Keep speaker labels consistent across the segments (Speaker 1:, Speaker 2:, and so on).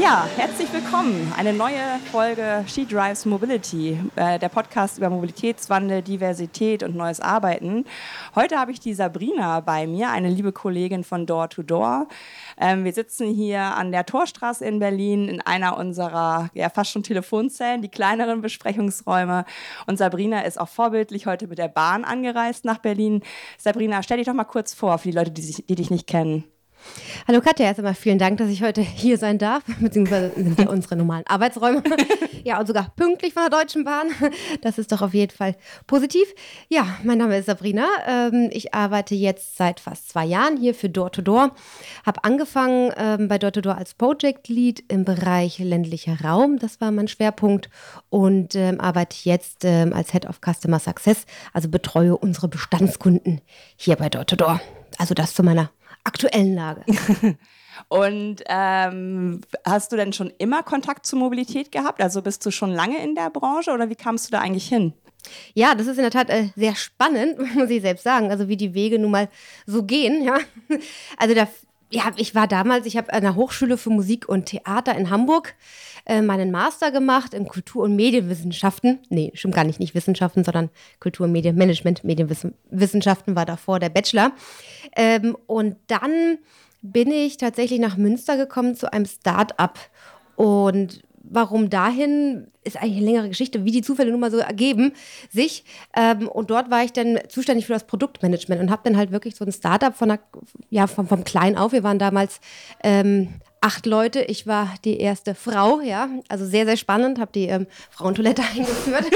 Speaker 1: Ja, herzlich willkommen. Eine neue Folge She Drives Mobility, der Podcast über Mobilitätswandel, Diversität und neues Arbeiten. Heute habe ich die Sabrina bei mir, eine liebe Kollegin von Door to Door. Wir sitzen hier an der Torstraße in Berlin in einer unserer fast schon Telefonzellen, die kleineren Besprechungsräume. Und Sabrina ist auch vorbildlich heute mit der Bahn angereist nach Berlin. Sabrina, stell dich doch mal kurz vor für die Leute, die dich nicht kennen.
Speaker 2: Hallo Katja, erst einmal vielen Dank, dass ich heute hier sein darf, beziehungsweise sind ja unsere normalen Arbeitsräume. Ja, und sogar pünktlich von der Deutschen Bahn. Das ist doch auf jeden Fall positiv. Ja, mein Name ist Sabrina. Ich arbeite jetzt seit fast 2 Jahren hier für Door to Door. Habe angefangen bei Door to Door als Project Lead im Bereich ländlicher Raum. Das war mein Schwerpunkt. Und arbeite jetzt als Head of Customer Success, also betreue unsere Bestandskunden hier bei Door to Door. Also das zu meiner aktuellen Lage.
Speaker 1: Und hast du denn schon immer Kontakt zur Mobilität gehabt? Also bist du schon lange in der Branche oder wie kamst du da eigentlich hin?
Speaker 2: Ja, das ist in der Tat sehr spannend, muss ich selbst sagen. Also wie die Wege nun mal so gehen. Ja. Also ich war damals, ich habe an der Hochschule für Musik und Theater in Hamburg meinen Master gemacht in Kultur- und Medienwissenschaften. Nee, stimmt gar nicht Wissenschaften, sondern Kultur- und Medienmanagement, Medienwissenschaften war davor der Bachelor. Und dann bin ich tatsächlich nach Münster gekommen zu einem Start-up. Und warum dahin, ist eigentlich eine längere Geschichte, wie die Zufälle nun mal so ergeben sich. Und dort war ich dann zuständig für das Produktmanagement und habe dann halt wirklich so ein Startup vom Klein auf. Wir waren damals 8 Leute. Ich war die erste Frau, ja, also sehr, sehr spannend, habe die Frauentoilette eingeführt.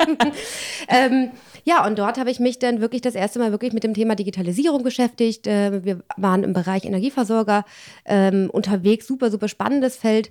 Speaker 2: Ja, und dort habe ich mich dann wirklich das erste Mal wirklich mit dem Thema Digitalisierung beschäftigt. Wir waren im Bereich Energieversorger unterwegs, super, super spannendes Feld.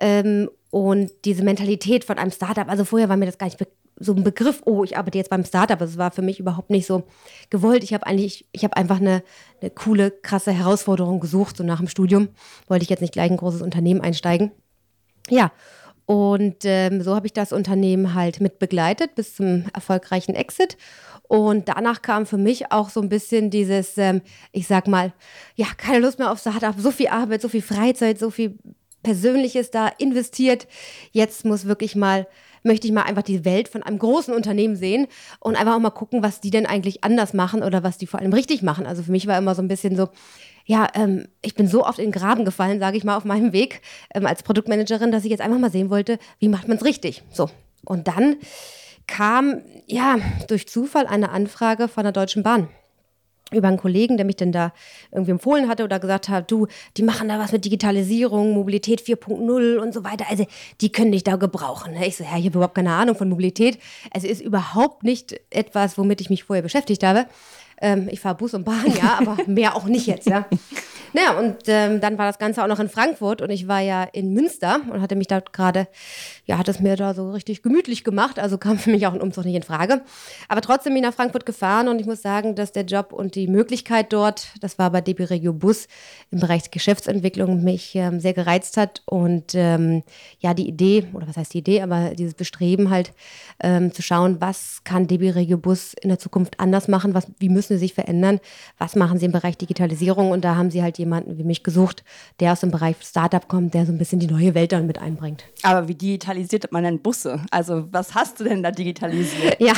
Speaker 2: Und diese Mentalität von einem Startup, also vorher war mir das gar nicht so ein Begriff, ich arbeite jetzt beim Startup, das war für mich überhaupt nicht so gewollt. Ich habe einfach eine coole, krasse Herausforderung gesucht, so nach dem Studium wollte ich jetzt nicht gleich ein großes Unternehmen einsteigen. Ja, und so habe ich das Unternehmen halt mit begleitet bis zum erfolgreichen Exit. Und danach kam für mich auch so ein bisschen dieses, ich sag mal, ja, keine Lust mehr auf Startup, so viel Arbeit, so viel Freizeit, so viel Persönliches da investiert. Jetzt möchte ich mal einfach die Welt von einem großen Unternehmen sehen und einfach auch mal gucken, was die denn eigentlich anders machen oder was die vor allem richtig machen. Also für mich war immer so ein bisschen so, ja, ich bin so oft in den Graben gefallen, sage ich mal, auf meinem Weg als Produktmanagerin, dass ich jetzt einfach mal sehen wollte, wie macht man es richtig. So, und dann kam, ja, durch Zufall eine Anfrage von der Deutschen Bahn über einen Kollegen, der mich dann da irgendwie empfohlen hatte oder gesagt hat, du, die machen da was mit Digitalisierung, Mobilität 4.0 und so weiter. Also die können dich da gebrauchen. Ich so, ja, ich habe überhaupt keine Ahnung von Mobilität. Also ist überhaupt nicht etwas, womit ich mich vorher beschäftigt habe. Ich fahre Bus und Bahn, ja, aber mehr auch nicht jetzt, ja. Naja, und dann war das Ganze auch noch in Frankfurt und ich war ja in Münster und hatte mich da gerade, ja, hat es mir da so richtig gemütlich gemacht, also kam für mich auch ein Umzug nicht in Frage. Aber trotzdem bin ich nach Frankfurt gefahren und ich muss sagen, dass der Job und die Möglichkeit dort, das war bei DB Regio Bus im Bereich Geschäftsentwicklung, mich sehr gereizt hat und ja, die Idee, oder was heißt die Idee, aber dieses Bestreben halt zu schauen, was kann DB Regio Bus in der Zukunft anders machen, wie müssen sie sich verändern, was machen sie im Bereich Digitalisierung und da haben sie halt jemanden wie mich gesucht, der aus dem Bereich Startup kommt, der so ein bisschen die neue Welt dann mit einbringt.
Speaker 1: Aber wie digitalisiert man denn Busse? Also was hast du denn da digitalisiert?
Speaker 2: Ja,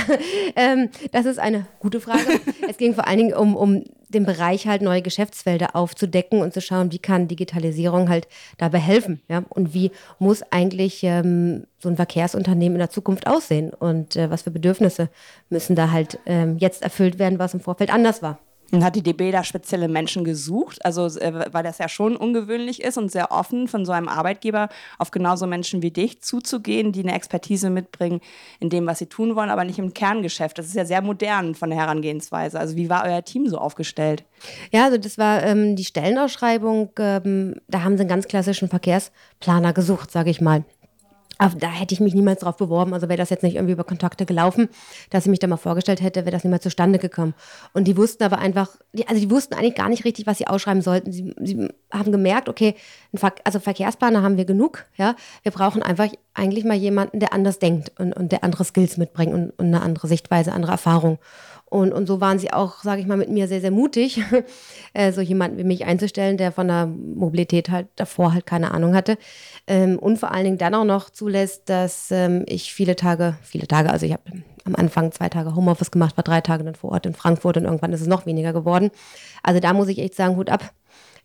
Speaker 2: das ist eine gute Frage. Es ging vor allen Dingen um den Bereich halt neue Geschäftsfelder aufzudecken und zu schauen, wie kann Digitalisierung halt dabei helfen, ja? Und wie muss eigentlich so ein Verkehrsunternehmen in der Zukunft aussehen und was für Bedürfnisse müssen da halt jetzt erfüllt werden, was im Vorfeld anders war.
Speaker 1: Und hat die DB da spezielle Menschen gesucht? Also weil das ja schon ungewöhnlich ist und sehr offen von so einem Arbeitgeber auf genauso Menschen wie dich zuzugehen, die eine Expertise mitbringen in dem, was sie tun wollen, aber nicht im Kerngeschäft. Das ist ja sehr modern von der Herangehensweise. Also wie war euer Team so aufgestellt?
Speaker 2: Ja, also das war die Stellenausschreibung, da haben sie einen ganz klassischen Verkehrsplaner gesucht, sage ich mal. Aber da hätte ich mich niemals drauf beworben, also wäre das jetzt nicht irgendwie über Kontakte gelaufen, dass ich mich da mal vorgestellt hätte, wäre das niemals zustande gekommen. Und die wussten aber einfach, die wussten eigentlich gar nicht richtig, was sie ausschreiben sollten. Sie haben gemerkt, okay, also Verkehrsplaner haben wir genug, ja. Wir brauchen einfach eigentlich mal jemanden, der anders denkt und der andere Skills mitbringt und eine andere Sichtweise, andere Erfahrung. Und so waren sie auch, sage ich mal, mit mir sehr, sehr mutig, so jemanden wie mich einzustellen, der von der Mobilität halt davor halt keine Ahnung hatte. Und vor allen Dingen dann auch noch zulässt, dass ich viele Tage, also ich habe am Anfang 2 Tage Homeoffice gemacht, war 3 Tage dann vor Ort in Frankfurt und irgendwann ist es noch weniger geworden. Also da muss ich echt sagen, Hut ab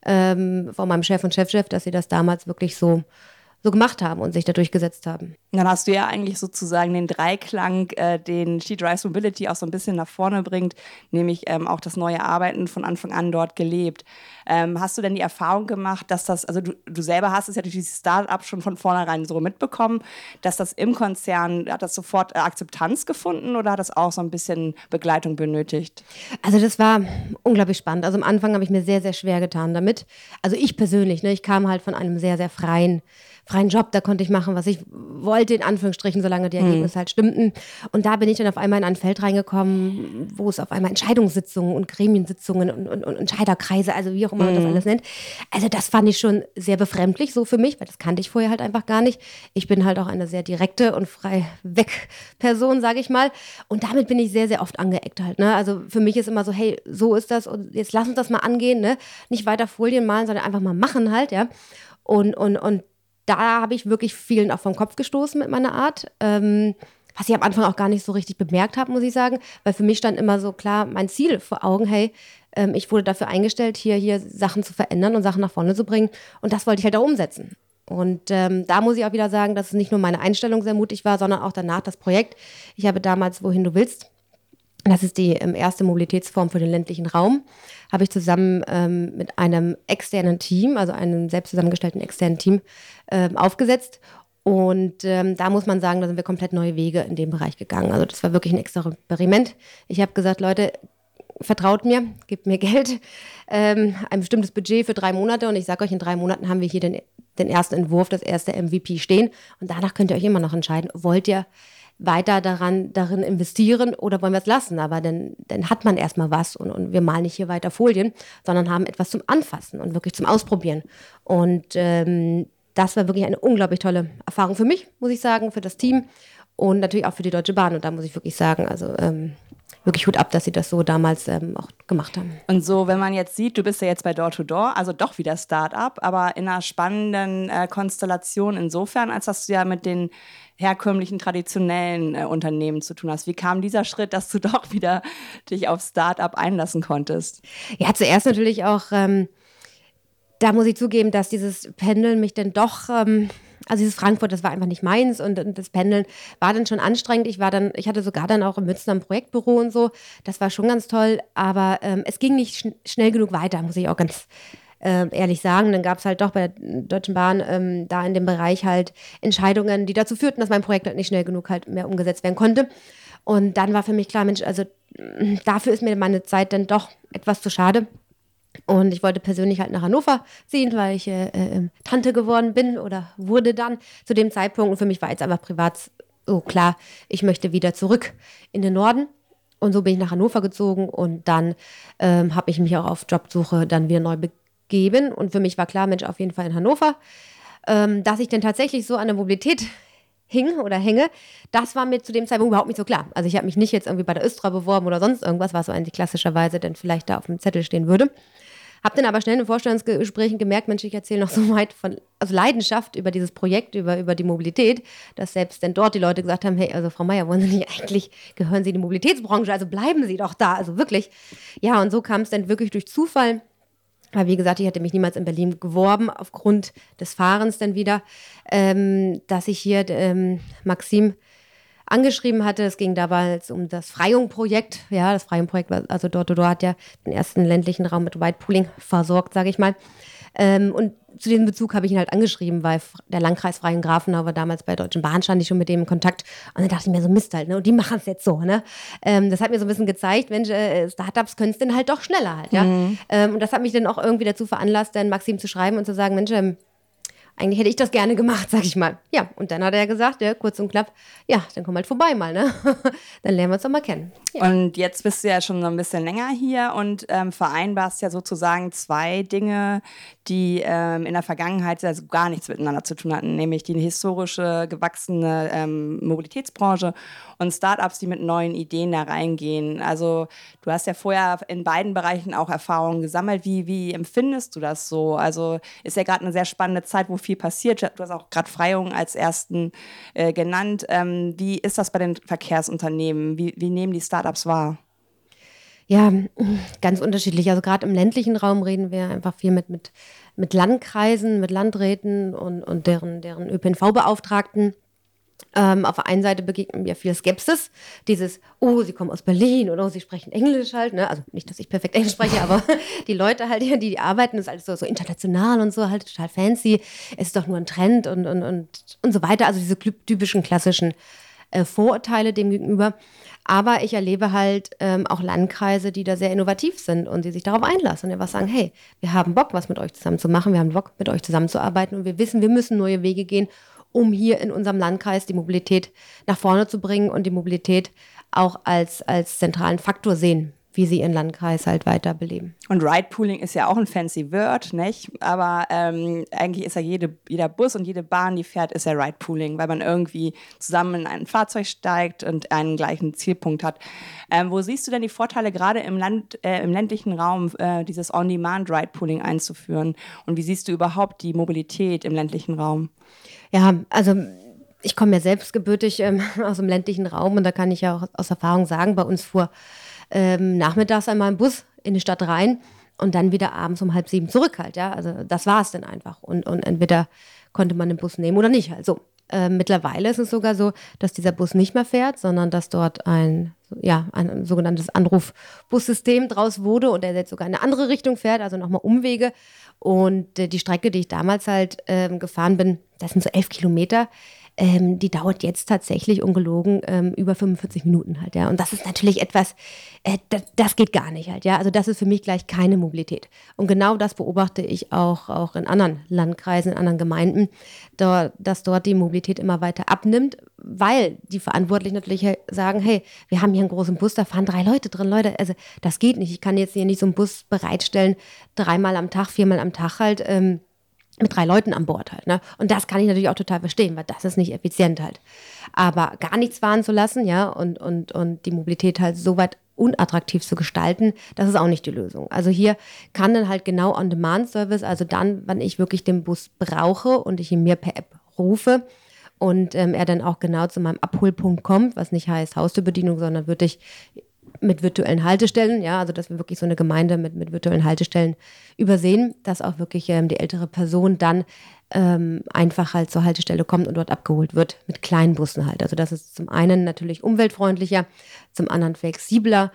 Speaker 2: von meinem Chef und Chefchef, dass sie das damals wirklich so gemacht haben und sich da durchgesetzt haben.
Speaker 1: Dann hast du ja eigentlich sozusagen den Dreiklang, den She Drives Mobility auch so ein bisschen nach vorne bringt, nämlich auch das neue Arbeiten von Anfang an dort gelebt. Hast du denn die Erfahrung gemacht, dass das, also du selber hast es ja durch dieses Start-up schon von vornherein so mitbekommen, dass das im Konzern, hat das sofort Akzeptanz gefunden oder hat das auch so ein bisschen Begleitung benötigt?
Speaker 2: Also das war unglaublich spannend. Also am Anfang habe ich mir sehr, sehr schwer getan damit. Also ich persönlich, ne, ich kam halt von einem sehr, sehr freien Job, da konnte ich machen, was ich wollte, in Anführungsstrichen, solange die Ergebnisse halt stimmten. Und da bin ich dann auf einmal in ein Feld reingekommen, wo es auf einmal Entscheidungssitzungen und Gremiensitzungen und Entscheiderkreise, also wie auch immer man das alles nennt. Also das fand ich schon sehr befremdlich so für mich, weil das kannte ich vorher halt einfach gar nicht. Ich bin halt auch eine sehr direkte und frei weg Person, sage ich mal. Und damit bin ich sehr, sehr oft angeeckt halt. Ne? Also für mich ist immer so, hey, so ist das und jetzt lass uns das mal angehen. Ne? Nicht weiter Folien malen, sondern einfach mal machen halt, ja. Und da habe ich wirklich vielen auch vom Kopf gestoßen mit meiner Art, was ich am Anfang auch gar nicht so richtig bemerkt habe, muss ich sagen, weil für mich stand immer so klar mein Ziel vor Augen, hey, ich wurde dafür eingestellt, hier Sachen zu verändern und Sachen nach vorne zu bringen und das wollte ich halt auch umsetzen. Und da muss ich auch wieder sagen, dass es nicht nur meine Einstellung sehr mutig war, sondern auch danach das Projekt. Ich habe damals Wohin du willst, das ist die erste Mobilitätsform für den ländlichen Raum, habe ich zusammen mit einem externen Team, also einem selbst zusammengestellten externen Team, aufgesetzt. Und da muss man sagen, da sind wir komplett neue Wege in dem Bereich gegangen. Also das war wirklich ein Experiment. Ich habe gesagt, Leute, vertraut mir, gebt mir Geld, ein bestimmtes Budget für 3 Monate und ich sage euch, in 3 Monaten haben wir hier den ersten Entwurf, das erste MVP stehen und danach könnt ihr euch immer noch entscheiden, wollt ihr weiter darin investieren oder wollen wir es lassen? Aber dann hat man erstmal was und wir malen nicht hier weiter Folien, sondern haben etwas zum Anfassen und wirklich zum Ausprobieren. Und das war wirklich eine unglaublich tolle Erfahrung für mich, muss ich sagen, für das Team und natürlich auch für die Deutsche Bahn. Und da muss ich wirklich sagen, also wirklich Hut ab, dass sie das so damals auch gemacht haben.
Speaker 1: Und so, wenn man jetzt sieht, du bist ja jetzt bei Door-to-Door, also doch wieder Start-up, aber in einer spannenden Konstellation insofern, als dass du ja mit den herkömmlichen, traditionellen Unternehmen zu tun hast. Wie kam dieser Schritt, dass du doch wieder dich auf Start-up einlassen konntest?
Speaker 2: Ja, zuerst natürlich auch, da muss ich zugeben, dass dieses Pendeln mich dann doch, also dieses Frankfurt, das war einfach nicht meins und das Pendeln war dann schon anstrengend. Ich hatte sogar dann auch in Münster ein Projektbüro und so. Das war schon ganz toll, aber es ging nicht schnell genug weiter, muss ich auch ganz ehrlich sagen. Dann gab es halt doch bei der Deutschen Bahn da in dem Bereich halt Entscheidungen, die dazu führten, dass mein Projekt halt nicht schnell genug halt mehr umgesetzt werden konnte. Und dann war für mich klar, Mensch, also dafür ist mir meine Zeit dann doch etwas zu schade. Und ich wollte persönlich halt nach Hannover ziehen, weil ich Tante geworden bin oder wurde dann zu dem Zeitpunkt. Und für mich war jetzt einfach privat so klar, ich möchte wieder zurück in den Norden. Und so bin ich nach Hannover gezogen und dann habe ich mich auch auf Jobsuche dann wieder neu begeben. Und für mich war klar, Mensch, auf jeden Fall in Hannover. Dass ich dann tatsächlich so an der Mobilität hänge, das war mir zu dem Zeitpunkt überhaupt nicht so klar. Also ich habe mich nicht jetzt irgendwie bei der Östra beworben oder sonst irgendwas, was so eigentlich klassischerweise dann vielleicht da auf dem Zettel stehen würde. Habe dann aber schnell in Vorstellungsgesprächen gemerkt, Mensch, ich erzähle noch so weit von Leidenschaft über dieses Projekt, über die Mobilität, dass selbst dann dort die Leute gesagt haben, hey, also Frau Meier, wollen Sie nicht eigentlich, gehören Sie in die Mobilitätsbranche, also bleiben Sie doch da, also wirklich. Ja, und so kam es dann wirklich durch Zufall. Weil, wie gesagt, ich hatte mich niemals in Berlin geworben, aufgrund des Fahrens dann wieder, dass ich hier Maxim angeschrieben hatte. Es ging dabei um das Freyung-Projekt. Ja, das Freyung-Projekt, also Door-to-Door hat ja den ersten ländlichen Raum mit White-Pooling versorgt, sage ich mal. Und zu diesem Bezug habe ich ihn halt angeschrieben, weil der Landkreis Freyung-Grafenau war damals bei Deutschen Bahn, stand ich schon mit dem in Kontakt. Und dann dachte ich mir so, Mist halt, ne? Und die machen es jetzt so, ne? Das hat mir so ein bisschen gezeigt, Mensch, Startups können es denn halt doch schneller halt, ja? Und das hat mich dann auch irgendwie dazu veranlasst, dann Maxim zu schreiben und zu sagen, Mensch, eigentlich hätte ich das gerne gemacht, sag ich mal. Ja, und dann hat er gesagt, ja, kurz und knapp, ja, dann komm halt vorbei mal, ne? Dann lernen wir uns doch mal kennen. Ja.
Speaker 1: Und jetzt bist du ja schon so ein bisschen länger hier und vereinbarst ja sozusagen zwei Dinge, die in der Vergangenheit also gar nichts miteinander zu tun hatten, nämlich die historische, gewachsene Mobilitätsbranche und Startups, die mit neuen Ideen da reingehen. Also du hast ja vorher in beiden Bereichen auch Erfahrungen gesammelt. Wie empfindest du das so? Also ist ja gerade eine sehr spannende Zeit, wo viel passiert. Du hast auch gerade Freyung als ersten genannt. Wie ist das bei den Verkehrsunternehmen? Wie nehmen die Startups wahr?
Speaker 2: Ja, ganz unterschiedlich. Also gerade im ländlichen Raum reden wir einfach viel mit Landkreisen, mit Landräten und deren ÖPNV-Beauftragten. Auf der einen Seite begegnet mir viel Skepsis, dieses, oh, sie kommen aus Berlin oder oh, sie sprechen Englisch halt, ne? Also nicht, dass ich perfekt Englisch spreche, aber die Leute halt, die arbeiten, ist alles so international und so, halt total fancy, es ist doch nur ein Trend und so weiter, also diese typischen klassischen Vorurteile dem gegenüber. Aber ich erlebe halt auch Landkreise, die da sehr innovativ sind und die sich darauf einlassen und einfach sagen, hey, wir haben Bock, was mit euch zusammen zu machen, wir haben Bock, mit euch zusammenzuarbeiten und wir wissen, wir müssen neue Wege gehen, um hier in unserem Landkreis die Mobilität nach vorne zu bringen und die Mobilität auch als zentralen Faktor sehen, wie sie ihren Landkreis halt weiter beleben.
Speaker 1: Und Ride-Pooling ist ja auch ein fancy Word, nicht? Aber eigentlich ist ja jeder Bus und jede Bahn, die fährt, ist ja Ride-Pooling, weil man irgendwie zusammen in ein Fahrzeug steigt und einen gleichen Zielpunkt hat. Wo siehst du denn die Vorteile, gerade im ländlichen Raum, dieses On-Demand-Ride-Pooling einzuführen? Und wie siehst du überhaupt die Mobilität im ländlichen Raum?
Speaker 2: Ja, also ich komme ja selbst gebürtig aus dem ländlichen Raum und da kann ich ja auch aus Erfahrung sagen, bei uns fuhr nachmittags einmal ein Bus in die Stadt rein und dann wieder abends um 6:30 zurück halt, ja. Also das war es dann einfach. Und entweder konnte man den Bus nehmen oder nicht. Also mittlerweile ist es sogar so, dass dieser Bus nicht mehr fährt, sondern dass dort ein sogenanntes Anrufbussystem draus wurde und der jetzt sogar in eine andere Richtung fährt, also nochmal Umwege. Und die Strecke, die ich damals halt gefahren bin, das sind so 11 Kilometer, die dauert jetzt tatsächlich ungelogen über 45 Minuten halt, ja. Und das ist natürlich etwas, das geht gar nicht halt, ja. Also das ist für mich gleich keine Mobilität. Und genau das beobachte ich auch in anderen Landkreisen, in anderen Gemeinden, dass dort die Mobilität immer weiter abnimmt, weil die Verantwortlichen natürlich sagen, hey, wir haben hier einen großen Bus, da fahren 3 Leute drin, Leute, also das geht nicht. Ich kann jetzt hier nicht so einen Bus bereitstellen, 3-mal am Tag, 4-mal am Tag halt, mit 3 Leuten an Bord halt, ne? Und das kann ich natürlich auch total verstehen, weil das ist nicht effizient halt. Aber gar nichts fahren zu lassen, ja, und die Mobilität halt so weit unattraktiv zu gestalten, das ist auch nicht die Lösung. Also hier kann dann halt genau On-Demand-Service, also dann, wann ich wirklich den Bus brauche und ich ihn mir per App rufe und er dann auch genau zu meinem Abholpunkt kommt, was nicht heißt Haustürbedienung, sondern wirklich mit virtuellen Haltestellen, ja, also dass wir wirklich so eine Gemeinde mit virtuellen Haltestellen übersehen, dass auch wirklich die ältere Person dann einfach halt zur Haltestelle kommt und dort abgeholt wird mit kleinen Bussen halt. Also das ist zum einen natürlich umweltfreundlicher, zum anderen flexibler.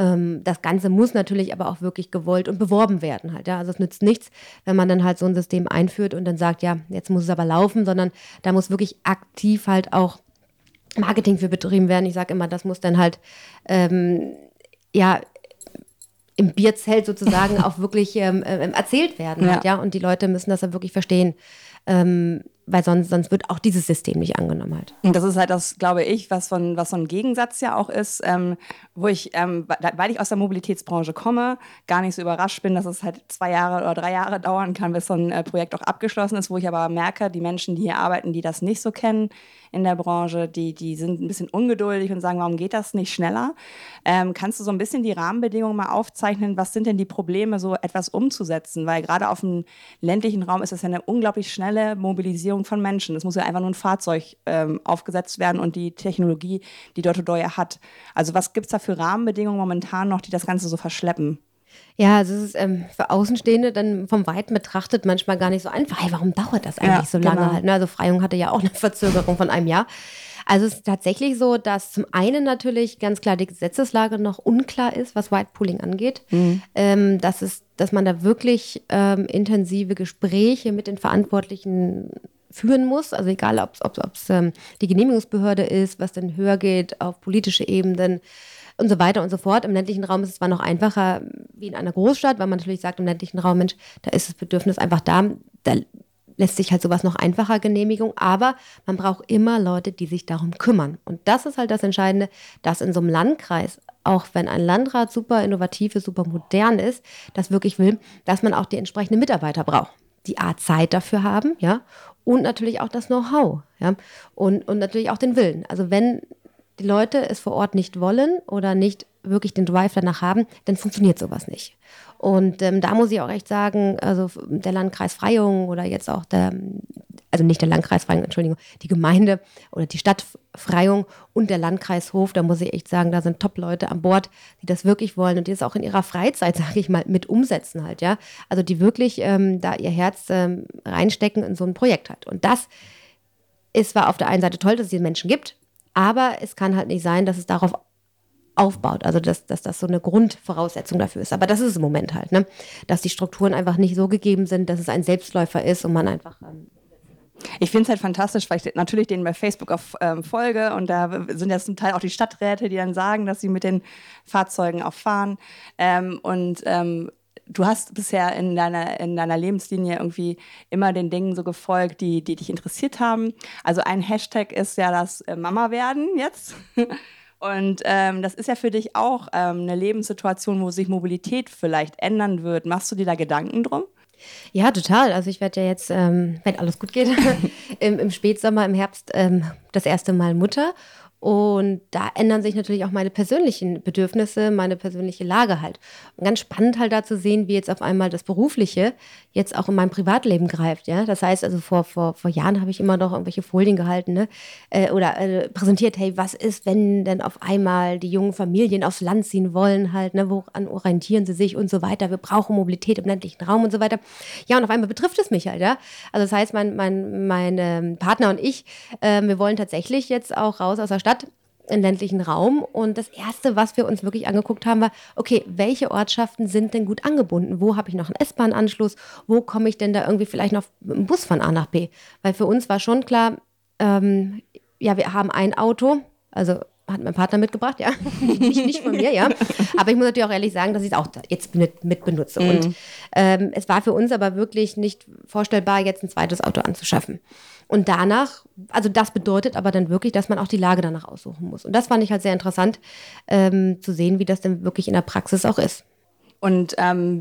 Speaker 2: Das Ganze muss natürlich aber auch wirklich gewollt und beworben werden halt, ja. Also es nützt nichts, wenn man dann halt so ein System einführt und dann sagt, ja, jetzt muss es aber laufen, sondern da muss wirklich aktiv halt auch Marketing für betrieben werden. Ich sage immer, das muss dann halt im Bierzelt sozusagen auch wirklich erzählt werden.
Speaker 1: Ja.
Speaker 2: Halt, ja? Und die Leute müssen das dann wirklich verstehen. Weil sonst wird auch dieses System nicht angenommen halt.
Speaker 1: Und das ist halt das, glaube ich, was so ein Gegensatz ja auch ist, wo ich, weil ich aus der Mobilitätsbranche komme, gar nicht so überrascht bin, dass es halt 2 Jahre oder 3 Jahre dauern kann, bis so ein Projekt auch abgeschlossen ist, wo ich aber merke, die Menschen, die hier arbeiten, die das nicht so kennen in der Branche, die sind ein bisschen ungeduldig und sagen, warum geht das nicht schneller? Kannst du so ein bisschen die Rahmenbedingungen mal aufzeichnen? Was sind denn die Probleme, so etwas umzusetzen? Weil gerade auf dem ländlichen Raum ist das ja eine unglaublich schnelle Mobilisierung von Menschen. Es muss ja einfach nur ein Fahrzeug aufgesetzt werden und die Technologie, die Dotto ja hat. Also was gibt es da für Rahmenbedingungen momentan noch, die das Ganze so verschleppen?
Speaker 2: Ja, also es ist für Außenstehende dann vom Weiten betrachtet manchmal gar nicht so einfach. Hey, warum dauert das eigentlich so lange halt? Ne? Also Freyung hatte ja auch eine Verzögerung von einem Jahr. Also es ist tatsächlich so, dass zum einen natürlich ganz klar die Gesetzeslage noch unklar ist, was Whitepooling angeht. Dass man da wirklich intensive Gespräche mit den Verantwortlichen führen muss. Also egal, ob es die Genehmigungsbehörde ist, was dann höher geht auf politische Ebenen und so weiter und so fort. Im ländlichen Raum ist es zwar noch einfacher wie in einer Großstadt, weil man natürlich sagt, im ländlichen Raum, Mensch, da ist das Bedürfnis einfach da lässt sich halt sowas noch einfacher genehmigen, aber man braucht immer Leute, die sich darum kümmern. Und das ist halt das Entscheidende, dass in so einem Landkreis, auch wenn ein Landrat super innovativ ist, super modern ist, das wirklich will, dass man auch die entsprechenden Mitarbeiter braucht, die Zeit dafür haben, ja, und natürlich auch das Know-how, ja, und natürlich auch den Willen. Also wenn die Leute es vor Ort nicht wollen oder nicht wirklich den Drive danach haben, dann funktioniert sowas nicht. Und da muss ich auch echt sagen, also der Landkreis Freyung oder jetzt auch also nicht der Landkreis Freyung, Entschuldigung, die Gemeinde oder die Stadt Freyung und der Landkreis Hof, da muss ich echt sagen, da sind Top-Leute an Bord, die das wirklich wollen und die das auch in ihrer Freizeit, sage ich mal, mit umsetzen halt, ja. Also die wirklich da ihr Herz reinstecken in so ein Projekt halt. Und das ist zwar auf der einen Seite toll, dass es diese Menschen gibt, aber es kann halt nicht sein, dass es darauf aufbaut, also dass das so eine Grundvoraussetzung dafür ist. Aber das ist im Moment halt, ne? Dass die Strukturen einfach nicht so gegeben sind, dass es ein Selbstläufer ist und man einfach...
Speaker 1: Ich finde es halt fantastisch, weil ich natürlich denen bei Facebook auf folge und da sind ja zum Teil auch die Stadträte, die dann sagen, dass sie mit den Fahrzeugen auch fahren du hast bisher in deiner Lebenslinie irgendwie immer den Dingen so gefolgt, die dich interessiert haben. Also ein Hashtag ist ja das Mama werden jetzt. Und das ist ja für dich auch eine Lebenssituation, wo sich Mobilität vielleicht ändern wird. Machst du dir da Gedanken drum?
Speaker 2: Ja, total. Also ich werde ja jetzt, wenn alles gut geht, im Spätsommer, im Herbst das erste Mal Mutter. Und da ändern sich natürlich auch meine persönlichen Bedürfnisse, meine persönliche Lage halt. Und ganz spannend halt da zu sehen, wie jetzt auf einmal das Berufliche jetzt auch in mein Privatleben greift. Ja? Das heißt, also vor Jahren habe ich immer noch irgendwelche Folien gehalten, ne? Oder präsentiert, hey, was ist, wenn denn auf einmal die jungen Familien aufs Land ziehen wollen halt, ne? Woran orientieren sie sich und so weiter. Wir brauchen Mobilität im ländlichen Raum und so weiter. Ja, und auf einmal betrifft es mich halt, ja. Also das heißt, mein Partner und ich, wir wollen tatsächlich jetzt auch raus aus der Stadt im ländlichen Raum. Und das Erste, was wir uns wirklich angeguckt haben, war, okay, welche Ortschaften sind denn gut angebunden? Wo habe ich noch einen S-Bahn-Anschluss? Wo komme ich denn da irgendwie vielleicht noch mit dem Bus von A nach B? Weil für uns war schon klar, ja, wir haben ein Auto, also hat mein Partner mitgebracht, ja, nicht von mir, ja. Aber ich muss natürlich auch ehrlich sagen, dass ich es auch jetzt mit benutze. Mhm. Und es war für uns aber wirklich nicht vorstellbar, jetzt ein zweites Auto anzuschaffen. Und danach, also das bedeutet aber dann wirklich, dass man auch die Lage danach aussuchen muss. Und das fand ich halt sehr interessant, zu sehen, wie das denn wirklich in der Praxis auch ist.
Speaker 1: Und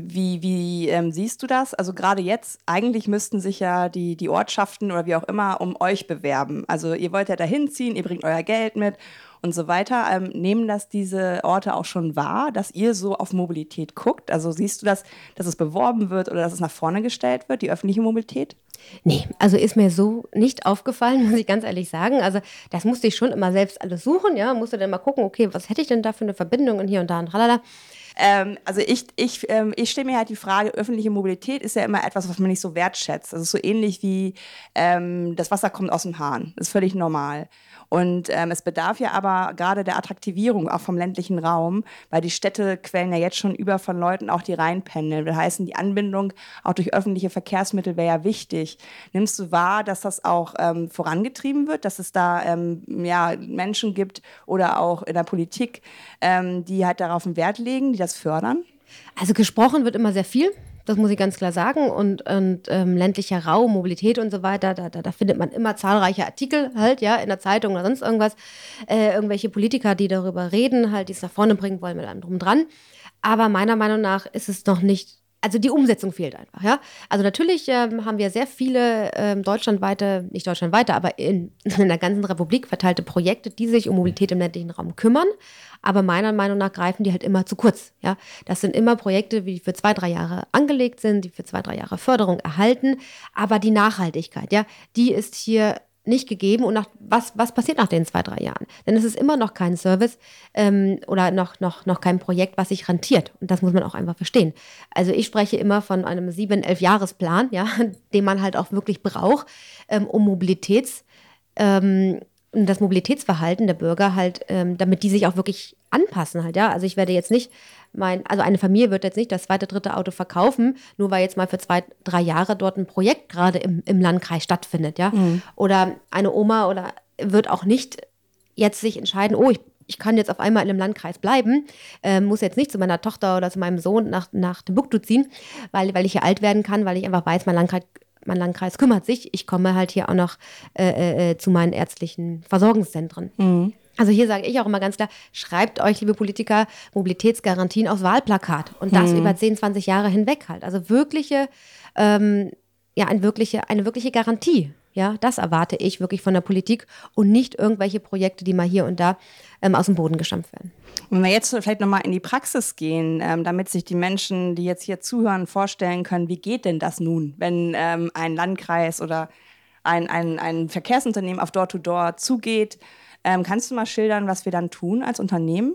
Speaker 1: wie siehst du das? Also gerade jetzt, eigentlich müssten sich ja die Ortschaften oder wie auch immer um euch bewerben. Also ihr wollt ja dahin ziehen, ihr bringt euer Geld mit und so weiter. Nehmen das diese Orte auch schon wahr, dass ihr so auf Mobilität guckt? Also siehst du das, dass es beworben wird oder dass es nach vorne gestellt wird, die öffentliche Mobilität?
Speaker 2: Nee, also ist mir so nicht aufgefallen, muss ich ganz ehrlich sagen. Also das musste ich schon immer selbst alles suchen, ja, musste dann mal gucken, okay, was hätte ich denn da für eine Verbindung und hier und da und tralala.
Speaker 1: Also ich stelle mir halt die Frage, öffentliche Mobilität ist ja immer etwas, was man nicht so wertschätzt. Das ist so ähnlich wie das Wasser kommt aus dem Hahn. Das ist völlig normal. Und es bedarf ja aber gerade der Attraktivierung auch vom ländlichen Raum, weil die Städte quellen ja jetzt schon über von Leuten auch, die reinpendeln. Das heißt, die Anbindung auch durch öffentliche Verkehrsmittel wäre ja wichtig. Nimmst du wahr, dass das auch vorangetrieben wird, dass es da Menschen gibt oder auch in der Politik, die halt darauf einen Wert legen, die das fördern?
Speaker 2: Also gesprochen wird immer sehr viel. Das muss ich ganz klar sagen. Und ländlicher Raum, Mobilität und so weiter, da findet man immer zahlreiche Artikel halt, ja, in der Zeitung oder sonst irgendwas. Irgendwelche Politiker, die darüber reden, halt, die es nach vorne bringen wollen mit allem drum dran. Aber meiner Meinung nach ist es noch nicht, also die Umsetzung fehlt einfach, ja. Also natürlich haben wir sehr viele nicht deutschlandweite, aber in der ganzen Republik verteilte Projekte, die sich um Mobilität im ländlichen Raum kümmern. Aber meiner Meinung nach greifen die halt immer zu kurz, ja. Das sind immer Projekte, die für 2-3 Jahre angelegt sind, die für 2-3 Jahre Förderung erhalten. Aber die Nachhaltigkeit, ja, die ist hier nicht gegeben. Und was passiert nach den 2-3 Jahren? Denn es ist immer noch kein Service oder noch kein Projekt, was sich rentiert. Und das muss man auch einfach verstehen. Also ich spreche immer von einem 7-11-Jahresplan, ja, den man halt auch wirklich braucht, um das Mobilitätsverhalten der Bürger halt, damit die sich auch wirklich anpassen halt, ja. Also ich werde jetzt nicht also eine Familie wird jetzt nicht das 2., 3. Auto verkaufen, nur weil jetzt mal für 2-3 Jahre dort ein Projekt gerade im Landkreis stattfindet, ja. Mhm. Oder eine Oma wird auch nicht jetzt sich entscheiden, oh, ich kann jetzt auf einmal in einem Landkreis bleiben, muss jetzt nicht zu meiner Tochter oder zu meinem Sohn nach Timbuktu ziehen, weil ich hier alt werden kann, weil ich einfach weiß, mein Landkreis kümmert sich. Ich komme halt hier auch noch zu meinen ärztlichen Versorgungszentren. Mhm. Also hier sage ich auch immer ganz klar, schreibt euch, liebe Politiker, Mobilitätsgarantien aufs Wahlplakat und das über 10, 20 Jahre hinweg halt. Also eine wirkliche Garantie. Ja, das erwarte ich wirklich von der Politik und nicht irgendwelche Projekte, die mal hier und da aus dem Boden gestampft werden.
Speaker 1: Wenn wir jetzt vielleicht nochmal in die Praxis gehen, damit sich die Menschen, die jetzt hier zuhören, vorstellen können, wie geht denn das nun, wenn ein Landkreis oder ein Verkehrsunternehmen auf Door-to-Door zugeht? Kannst du mal schildern, was wir dann tun als Unternehmen?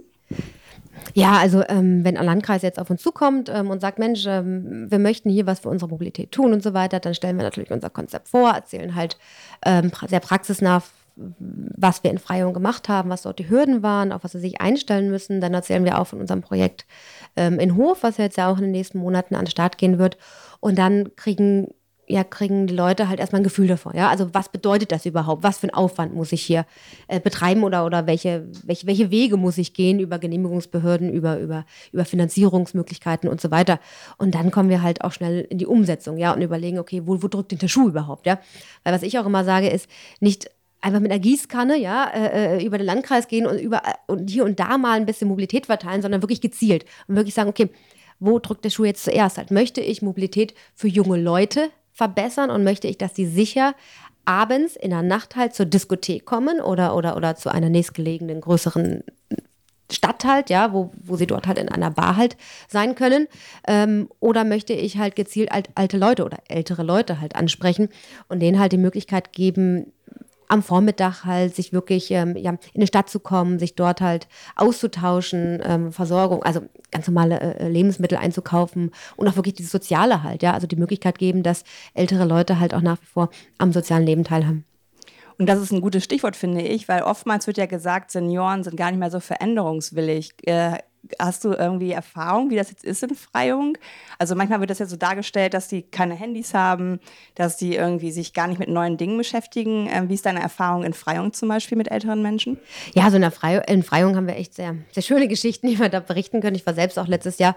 Speaker 2: Ja, also wenn ein Landkreis jetzt auf uns zukommt und sagt, Mensch, wir möchten hier was für unsere Mobilität tun und so weiter, dann stellen wir natürlich unser Konzept vor, erzählen halt sehr praxisnah, was wir in Freyung gemacht haben, was dort die Hürden waren, auf was sie sich einstellen müssen. Dann erzählen wir auch von unserem Projekt in Hof, was jetzt ja auch in den nächsten Monaten an den Start gehen wird. Und dann kriegen die Leute halt erstmal ein Gefühl davon. Ja? Also was bedeutet das überhaupt? Was für einen Aufwand muss ich hier betreiben oder welche Wege muss ich gehen über Genehmigungsbehörden, über Finanzierungsmöglichkeiten und so weiter. Und dann kommen wir halt auch schnell in die Umsetzung, ja, und überlegen, okay, wo drückt denn der Schuh überhaupt? Ja? Weil was ich auch immer sage, ist nicht einfach mit einer Gießkanne, ja, über den Landkreis gehen und hier und da mal ein bisschen Mobilität verteilen, sondern wirklich gezielt und wirklich sagen, okay, wo drückt der Schuh jetzt zuerst? Halt, möchte ich Mobilität für junge Leute verbessern und möchte ich, dass die sicher abends in der Nacht halt zur Diskothek kommen oder zu einer nächstgelegenen größeren Stadt halt, ja, wo sie dort halt in einer Bar halt sein können. Oder möchte ich halt gezielt alte Leute oder ältere Leute halt ansprechen und denen halt die Möglichkeit geben, am Vormittag halt sich wirklich in die Stadt zu kommen, sich dort halt auszutauschen, Versorgung, also ganz normale Lebensmittel einzukaufen und auch wirklich dieses Soziale halt, ja, also die Möglichkeit geben, dass ältere Leute halt auch nach wie vor am sozialen Leben teilhaben.
Speaker 1: Und das ist ein gutes Stichwort, finde ich, weil oftmals wird ja gesagt, Senioren sind gar nicht mehr so veränderungswillig. Hast du irgendwie Erfahrung, wie das jetzt ist in Freyung? Also manchmal wird das ja so dargestellt, dass die keine Handys haben, dass die irgendwie sich gar nicht mit neuen Dingen beschäftigen. Wie ist deine Erfahrung in Freyung zum Beispiel mit älteren Menschen?
Speaker 2: Ja, also in Freyung haben wir echt sehr, sehr schöne Geschichten, die wir da berichten können. Ich war selbst auch letztes Jahr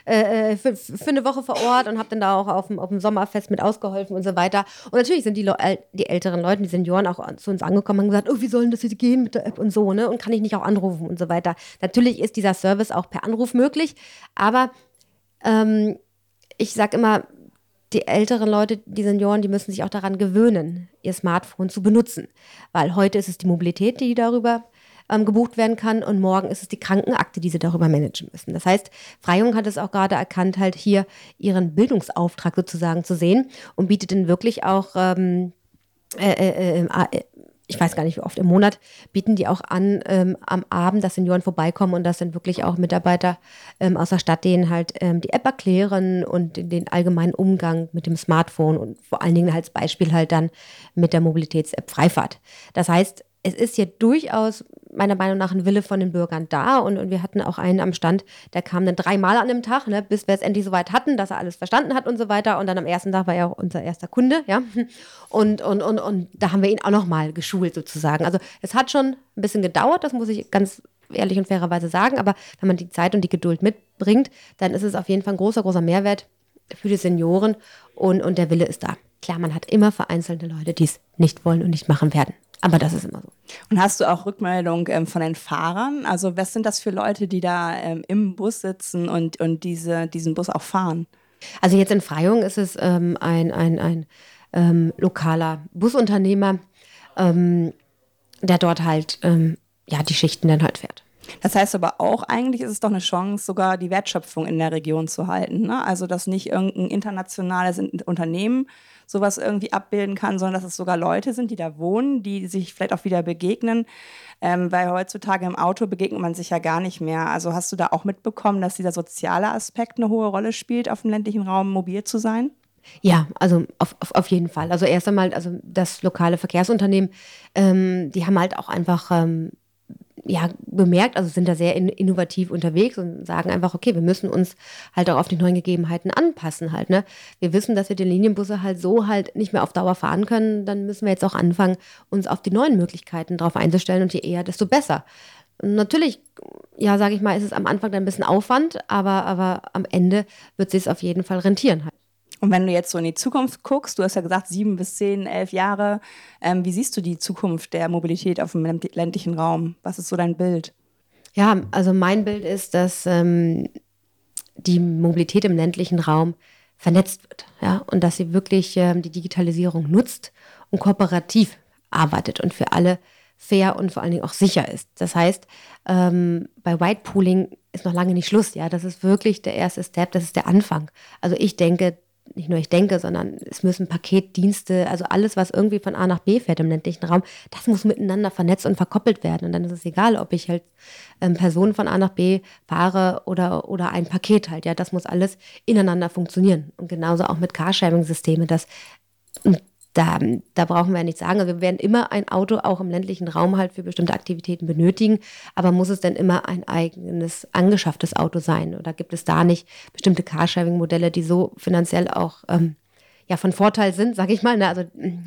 Speaker 2: für eine Woche vor Ort und habe dann da auch auf dem Sommerfest mit ausgeholfen und so weiter. Und natürlich sind die älteren Leute, die Senioren auch zu uns angekommen und haben gesagt, oh, wie soll denn das jetzt gehen mit der App und so, ne? Und kann ich nicht auch anrufen und so weiter. Natürlich ist dieser Service auch per Anruf möglich, aber ich sage immer, die älteren Leute, die Senioren, die müssen sich auch daran gewöhnen, ihr Smartphone zu benutzen. Weil heute ist es die Mobilität, die darüber gebucht werden kann und morgen ist es die Krankenakte, die sie darüber managen müssen. Das heißt, Freyung hat es auch gerade erkannt, halt hier ihren Bildungsauftrag sozusagen zu sehen und bietet dann wirklich auch, ich weiß gar nicht, wie oft im Monat, bieten die auch an, am Abend, dass Senioren vorbeikommen und dass dann wirklich auch Mitarbeiter aus der Stadt denen halt die App erklären und den allgemeinen Umgang mit dem Smartphone und vor allen Dingen als Beispiel halt dann mit der Mobilitäts-App Freifahrt. Das heißt, es ist hier durchaus meiner Meinung nach ein Wille von den Bürgern da und wir hatten auch einen am Stand, der kam dann 3-mal an dem Tag, ne, bis wir es endlich soweit hatten, dass er alles verstanden hat und so weiter und dann am ersten Tag war er auch unser erster Kunde, ja, und da haben wir ihn auch nochmal geschult sozusagen. Also es hat schon ein bisschen gedauert, das muss ich ganz ehrlich und fairerweise sagen, aber wenn man die Zeit und die Geduld mitbringt, dann ist es auf jeden Fall ein großer, großer Mehrwert für die Senioren und der Wille ist da. Klar, man hat immer vereinzelte Leute, die es nicht wollen und nicht machen werden. Aber das ist immer so.
Speaker 1: Und hast du auch Rückmeldung von den Fahrern? Also was sind das für Leute, die da im Bus sitzen und diesen Bus auch fahren?
Speaker 2: Also jetzt in Freyung ist es ein lokaler Busunternehmer, der dort halt die Schichten dann halt fährt.
Speaker 1: Das heißt aber auch, eigentlich ist es doch eine Chance, sogar die Wertschöpfung in der Region zu halten, ne? Also dass nicht irgendein internationales Unternehmen sowas irgendwie abbilden kann, sondern dass es sogar Leute sind, die da wohnen, die sich vielleicht auch wieder begegnen, weil heutzutage im Auto begegnet man sich ja gar nicht mehr. Also hast du da auch mitbekommen, dass dieser soziale Aspekt eine hohe Rolle spielt, auf dem ländlichen Raum mobil zu sein?
Speaker 2: Ja, also auf jeden Fall. Also erst einmal, also das lokale Verkehrsunternehmen, die haben halt auch einfach bemerkt, also sind da sehr innovativ unterwegs und sagen einfach, okay, wir müssen uns halt auch auf die neuen Gegebenheiten anpassen halt, ne? Wir wissen, dass wir die Linienbusse halt so halt nicht mehr auf Dauer fahren können, dann müssen wir jetzt auch anfangen, uns auf die neuen Möglichkeiten drauf einzustellen und je eher, desto besser. Und natürlich, ja, sage ich mal, ist es am Anfang dann ein bisschen Aufwand, aber am Ende wird es sich auf jeden Fall rentieren halt.
Speaker 1: Und wenn du jetzt so in die Zukunft guckst, du hast ja gesagt 7 bis 10, 11 Jahre, wie siehst du die Zukunft der Mobilität auf dem ländlichen Raum? Was ist so dein Bild?
Speaker 2: Ja, also mein Bild ist, dass die Mobilität im ländlichen Raum vernetzt wird, ja, und dass sie wirklich die Digitalisierung nutzt und kooperativ arbeitet und für alle fair und vor allen Dingen auch sicher ist. Das heißt, bei Whitepooling ist noch lange nicht Schluss, ja, das ist wirklich der erste Step, das ist der Anfang. Also ich denke, nicht nur ich denke, sondern es müssen Paketdienste, also alles, was irgendwie von A nach B fährt im ländlichen Raum, das muss miteinander vernetzt und verkoppelt werden. Und dann ist es egal, ob ich halt Personen von A nach B fahre oder ein Paket halt. Ja, das muss alles ineinander funktionieren. Und genauso auch mit Carsharing-Systemen. Da brauchen wir ja nichts sagen. Also wir werden immer ein Auto auch im ländlichen Raum halt für bestimmte Aktivitäten benötigen. Aber muss es denn immer ein eigenes angeschafftes Auto sein? Oder gibt es da nicht bestimmte Carsharing-Modelle, die so finanziell auch von Vorteil sind, sage ich mal, ne? Also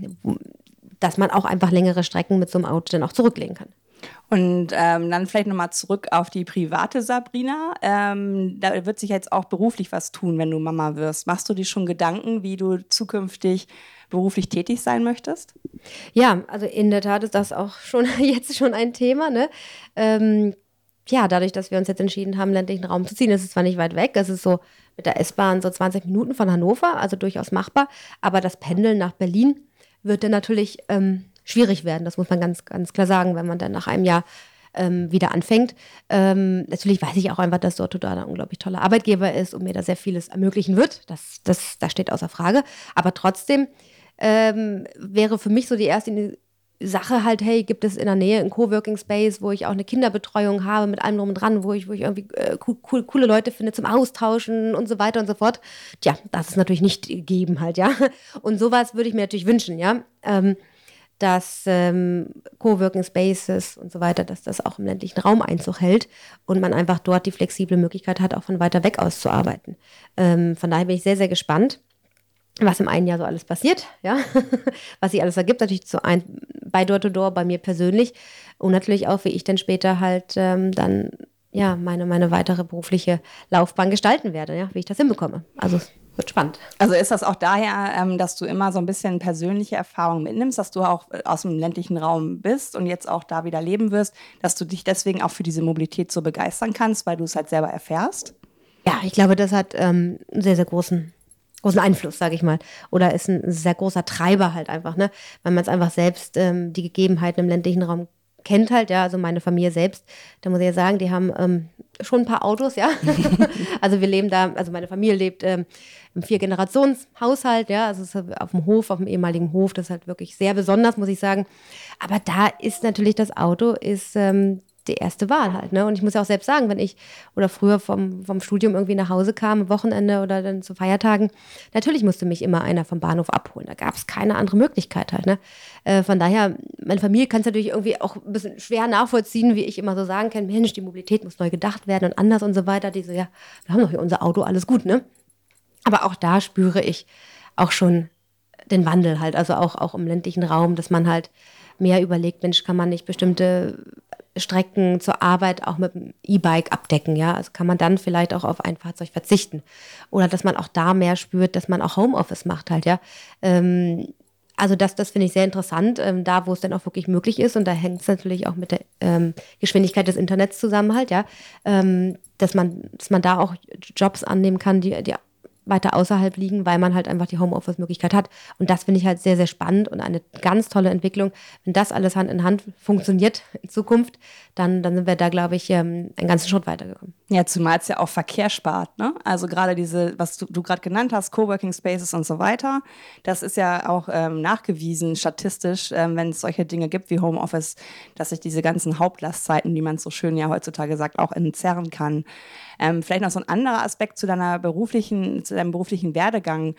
Speaker 2: dass man auch einfach längere Strecken mit so einem Auto dann auch zurücklegen kann.
Speaker 1: Und dann vielleicht nochmal zurück auf die private Sabrina. Da wird sich jetzt auch beruflich was tun, wenn du Mama wirst. Machst du dir schon Gedanken, wie du zukünftig beruflich tätig sein möchtest?
Speaker 2: Ja, also in der Tat ist das auch jetzt schon ein Thema, ne? Dadurch, dass wir uns jetzt entschieden haben, ländlichen Raum zu ziehen, ist es zwar nicht weit weg, es ist so mit der S-Bahn so 20 Minuten von Hannover, also durchaus machbar, aber das Pendeln nach Berlin wird dann natürlich schwierig werden, das muss man ganz, ganz klar sagen, wenn man dann nach einem Jahr wieder anfängt. Natürlich weiß ich auch einfach, dass dort total ein unglaublich toller Arbeitgeber ist und mir da sehr vieles ermöglichen wird, das steht außer Frage, aber trotzdem wäre für mich so die erste Sache halt, hey, gibt es in der Nähe einen Coworking Space, wo ich auch eine Kinderbetreuung habe mit allem drum und dran, wo ich irgendwie coole Leute finde zum Austauschen und so weiter und so fort. Tja, das ist natürlich nicht gegeben halt, ja. Und sowas würde ich mir natürlich wünschen, ja. Dass Coworking Spaces und so weiter, dass das auch im ländlichen Raum Einzug hält und man einfach dort die flexible Möglichkeit hat, auch von weiter weg aus zu arbeiten. Von daher bin ich sehr, sehr gespannt, was im einen Jahr so alles passiert, ja, was sich alles ergibt, natürlich bei Door-to-Door, bei mir persönlich und natürlich auch, wie ich dann später halt dann ja meine weitere berufliche Laufbahn gestalten werde, ja, wie ich das hinbekomme. Also es wird spannend.
Speaker 1: Also ist das auch daher, dass du immer so ein bisschen persönliche Erfahrungen mitnimmst, dass du auch aus dem ländlichen Raum bist und jetzt auch da wieder leben wirst, dass du dich deswegen auch für diese Mobilität so begeistern kannst, weil du es halt selber erfährst?
Speaker 2: Ja, ich glaube, das hat einen sehr, sehr großen Einfluss, sage ich mal. Oder ist ein sehr großer Treiber halt einfach, ne? Weil man es einfach selbst, die Gegebenheiten im ländlichen Raum kennt halt, ja. Also meine Familie selbst, da muss ich ja sagen, die haben schon ein paar Autos, ja. Also wir leben da, also meine Familie lebt im 4-Generations-Haushalt, ja. Also es ist auf dem Hof, auf dem ehemaligen Hof, das ist halt wirklich sehr besonders, muss ich sagen. Aber da ist natürlich das Auto, die erste Wahl halt, ne? Und ich muss ja auch selbst sagen, wenn ich oder früher vom Studium irgendwie nach Hause kam, am Wochenende oder dann zu Feiertagen, natürlich musste mich immer einer vom Bahnhof abholen. Da gab es keine andere Möglichkeit halt, ne? Von daher, meine Familie kann es natürlich irgendwie auch ein bisschen schwer nachvollziehen, wie ich immer so sagen kann, Mensch, die Mobilität muss neu gedacht werden und anders und so weiter. Die so, ja, wir haben doch hier unser Auto, alles gut, ne? Aber auch da spüre ich auch schon den Wandel halt, also auch im ländlichen Raum, dass man halt mehr überlegt, Mensch, kann man nicht bestimmte Strecken zur Arbeit auch mit dem E-Bike abdecken, ja? Also kann man dann vielleicht auch auf ein Fahrzeug verzichten. Oder dass man auch da mehr spürt, dass man auch Homeoffice macht halt, ja? Also das finde ich sehr interessant, da wo es dann auch wirklich möglich ist. Und da hängt es natürlich auch mit der Geschwindigkeit des Internets zusammen halt, ja? Dass man da auch Jobs annehmen kann, die weiter außerhalb liegen, weil man halt einfach die Homeoffice-Möglichkeit hat. Und das finde ich halt sehr, sehr spannend und eine ganz tolle Entwicklung. Wenn das alles Hand in Hand funktioniert in Zukunft, dann sind wir da, glaube ich, einen ganzen Schritt weitergekommen.
Speaker 1: Ja, zumal es ja auch Verkehr spart, ne? Also gerade diese, was du gerade genannt hast, Coworking Spaces und so weiter, das ist ja auch nachgewiesen statistisch, wenn es solche Dinge gibt wie Homeoffice, dass sich diese ganzen Hauptlastzeiten, die man so schön ja heutzutage sagt, auch entzerren kann. Vielleicht noch so ein anderer Aspekt zu deinem beruflichen Werdegang.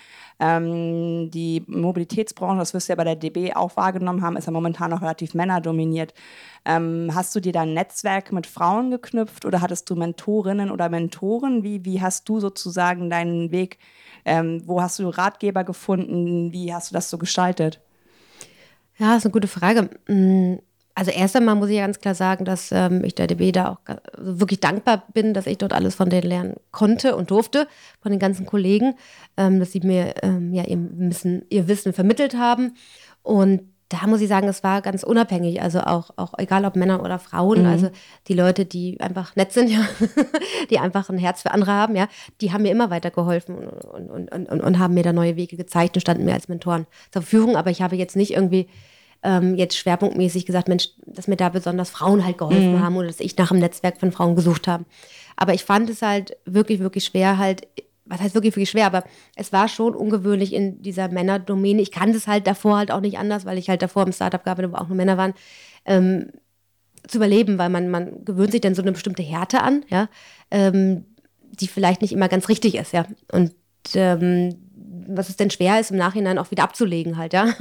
Speaker 1: Die Mobilitätsbranche, das wirst du ja bei der DB auch wahrgenommen haben, ist ja momentan noch relativ männerdominiert. Hast du dir da ein Netzwerk mit Frauen geknüpft oder hattest du Mentorinnen oder Mentoren? Wie hast du sozusagen deinen Weg, wo hast du Ratgeber gefunden? Wie hast du das so gestaltet?
Speaker 2: Ja, ist eine gute Frage. Also erst einmal muss ich ganz klar sagen, dass ich der DB da auch wirklich dankbar bin, dass ich dort alles von denen lernen konnte und durfte, von den ganzen Kollegen, dass sie mir ihr Wissen vermittelt haben. Und da muss ich sagen, es war ganz unabhängig, also auch egal ob Männer oder Frauen, also die Leute, die einfach nett sind, ja, die einfach ein Herz für andere haben, ja, die haben mir immer weitergeholfen und haben mir da neue Wege gezeigt und standen mir als Mentoren zur Verfügung. Aber ich habe jetzt nicht irgendwie jetzt schwerpunktmäßig gesagt, Mensch, dass mir da besonders Frauen halt geholfen haben oder dass ich nach einem Netzwerk von Frauen gesucht habe. Aber ich fand es halt wirklich, wirklich schwer halt, was heißt wirklich, wirklich schwer, aber es war schon ungewöhnlich in dieser Männerdomäne. Ich kannte es halt davor halt auch nicht anders, weil ich halt davor im Startup gearbeitet habe, wo auch nur Männer waren, zu überleben, weil man gewöhnt sich dann so eine bestimmte Härte an, ja, die vielleicht nicht immer ganz richtig ist, ja. Und was es denn schwer ist, im Nachhinein auch wieder abzulegen halt, ja.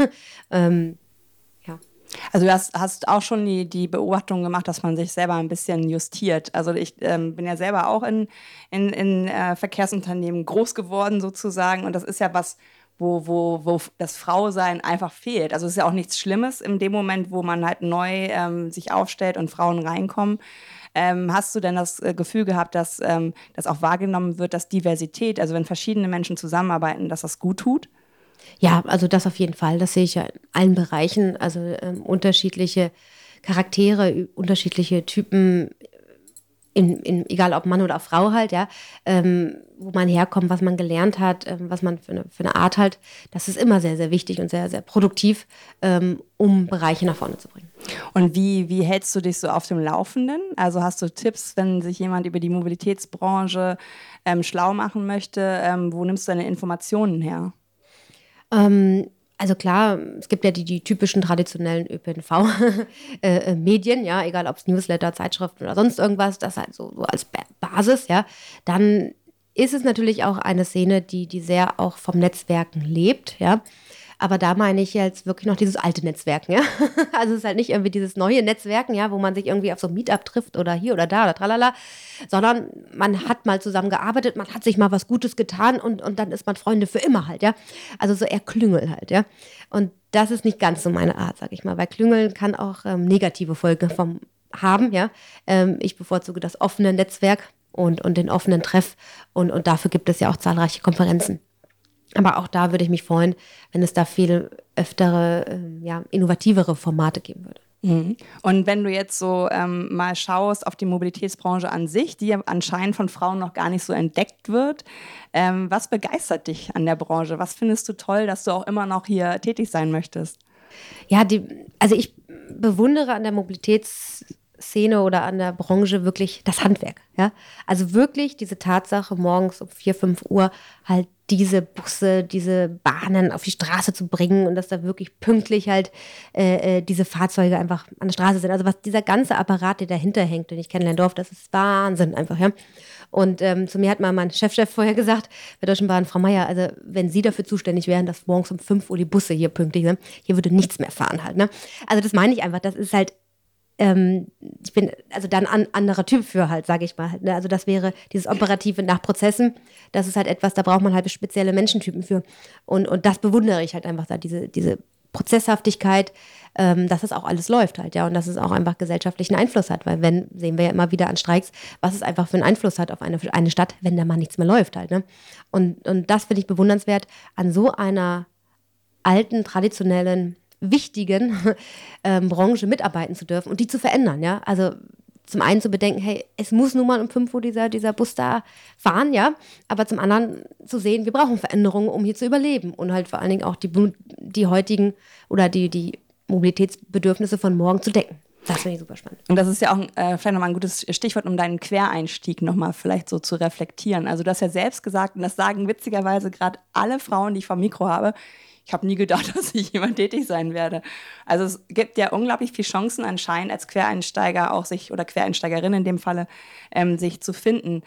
Speaker 1: Also du hast auch schon die Beobachtung gemacht, dass man sich selber ein bisschen justiert. Also ich bin ja selber auch in Verkehrsunternehmen groß geworden sozusagen und das ist ja was, wo das Frausein einfach fehlt. Also es ist ja auch nichts Schlimmes in dem Moment, wo man halt neu sich aufstellt und Frauen reinkommen. Hast du denn das Gefühl gehabt, dass das auch wahrgenommen wird, dass Diversität, also wenn verschiedene Menschen zusammenarbeiten, dass das gut tut?
Speaker 2: Ja, also das auf jeden Fall. Das sehe ich ja in allen Bereichen. Also unterschiedliche Charaktere, unterschiedliche Typen, egal ob Mann oder Frau halt, ja, wo man herkommt, was man gelernt hat, was man für eine Art halt. Das ist immer sehr, sehr wichtig und sehr, sehr produktiv, um Bereiche nach vorne zu bringen.
Speaker 1: Und wie hältst du dich so auf dem Laufenden? Also hast du Tipps, wenn sich jemand über die Mobilitätsbranche schlau machen möchte? Wo nimmst du deine Informationen her?
Speaker 2: Also klar, es gibt ja die typischen traditionellen ÖPNV-Medien, ja, egal ob es Newsletter, Zeitschriften oder sonst irgendwas, das halt so als Basis, ja. Dann ist es natürlich auch eine Szene, die sehr auch vom Netzwerken lebt, ja. Aber da meine ich jetzt wirklich noch dieses alte Netzwerken, ja. Also es ist halt nicht irgendwie dieses neue Netzwerken, ja, wo man sich irgendwie auf so ein Meetup trifft oder hier oder da oder tralala, sondern man hat mal zusammen gearbeitet, man hat sich mal was Gutes getan und dann ist man Freunde für immer halt, ja. Also so eher Klüngel halt, ja. Und das ist nicht ganz so meine Art, sag ich mal, weil Klüngeln kann auch negative Folgen haben, ja. Ich bevorzuge das offene Netzwerk und den offenen Treff und dafür gibt es ja auch zahlreiche Konferenzen. Aber auch da würde ich mich freuen, wenn es da viel öftere, innovativere Formate geben würde.
Speaker 1: Und wenn du jetzt so mal schaust auf die Mobilitätsbranche an sich, die ja anscheinend von Frauen noch gar nicht so entdeckt wird, was begeistert dich an der Branche? Was findest du toll, dass du auch immer noch hier tätig sein möchtest?
Speaker 2: Ja, also ich bewundere an der Mobilitätsszene oder an der Branche wirklich das Handwerk. Ja? Also wirklich diese Tatsache, morgens um 4, 5 Uhr halt diese Busse, diese Bahnen auf die Straße zu bringen und dass da wirklich pünktlich halt diese Fahrzeuge einfach an der Straße sind. Also was dieser ganze Apparat, der dahinter hängt, den ich kennenlernen durfte, das ist Wahnsinn einfach, ja. Und zu mir hat mal mein Chef vorher gesagt, bei Deutschen Bahn, Frau Meier, also wenn Sie dafür zuständig wären, dass morgens um 5 Uhr die Busse hier pünktlich sind, hier würde nichts mehr fahren halt, ne. Also das meine ich einfach, das ist halt ich bin also dann ein anderer Typ für halt, sage ich mal. Halt, ne? Also das wäre dieses Operative nach Prozessen, das ist halt etwas, da braucht man halt spezielle Menschentypen für. Und das bewundere ich halt einfach da, diese Prozesshaftigkeit, dass das auch alles läuft halt, ja, und dass es auch einfach gesellschaftlichen Einfluss hat, weil sehen wir ja immer wieder an Streiks, was es einfach für einen Einfluss hat auf eine Stadt, wenn da mal nichts mehr läuft halt, ne? Und das finde ich bewundernswert, an so einer alten, traditionellen wichtigen Branche mitarbeiten zu dürfen und die zu verändern, ja. Also zum einen zu bedenken, hey, es muss nun mal um 5 Uhr dieser Bus da fahren, ja. Aber zum anderen zu sehen, wir brauchen Veränderungen, um hier zu überleben und halt vor allen Dingen auch die heutigen oder die Mobilitätsbedürfnisse von morgen zu decken. Das finde ich super spannend.
Speaker 1: Und das ist ja auch vielleicht nochmal ein gutes Stichwort, um deinen Quereinstieg nochmal vielleicht so zu reflektieren. Also du hast ja selbst gesagt, und das sagen witzigerweise gerade alle Frauen, die ich vom Mikro habe, ich habe nie gedacht, dass ich jemand tätig sein werde. Also es gibt ja unglaublich viele Chancen anscheinend als Quereinsteiger auch sich, oder Quereinsteigerin in dem Falle, sich zu finden.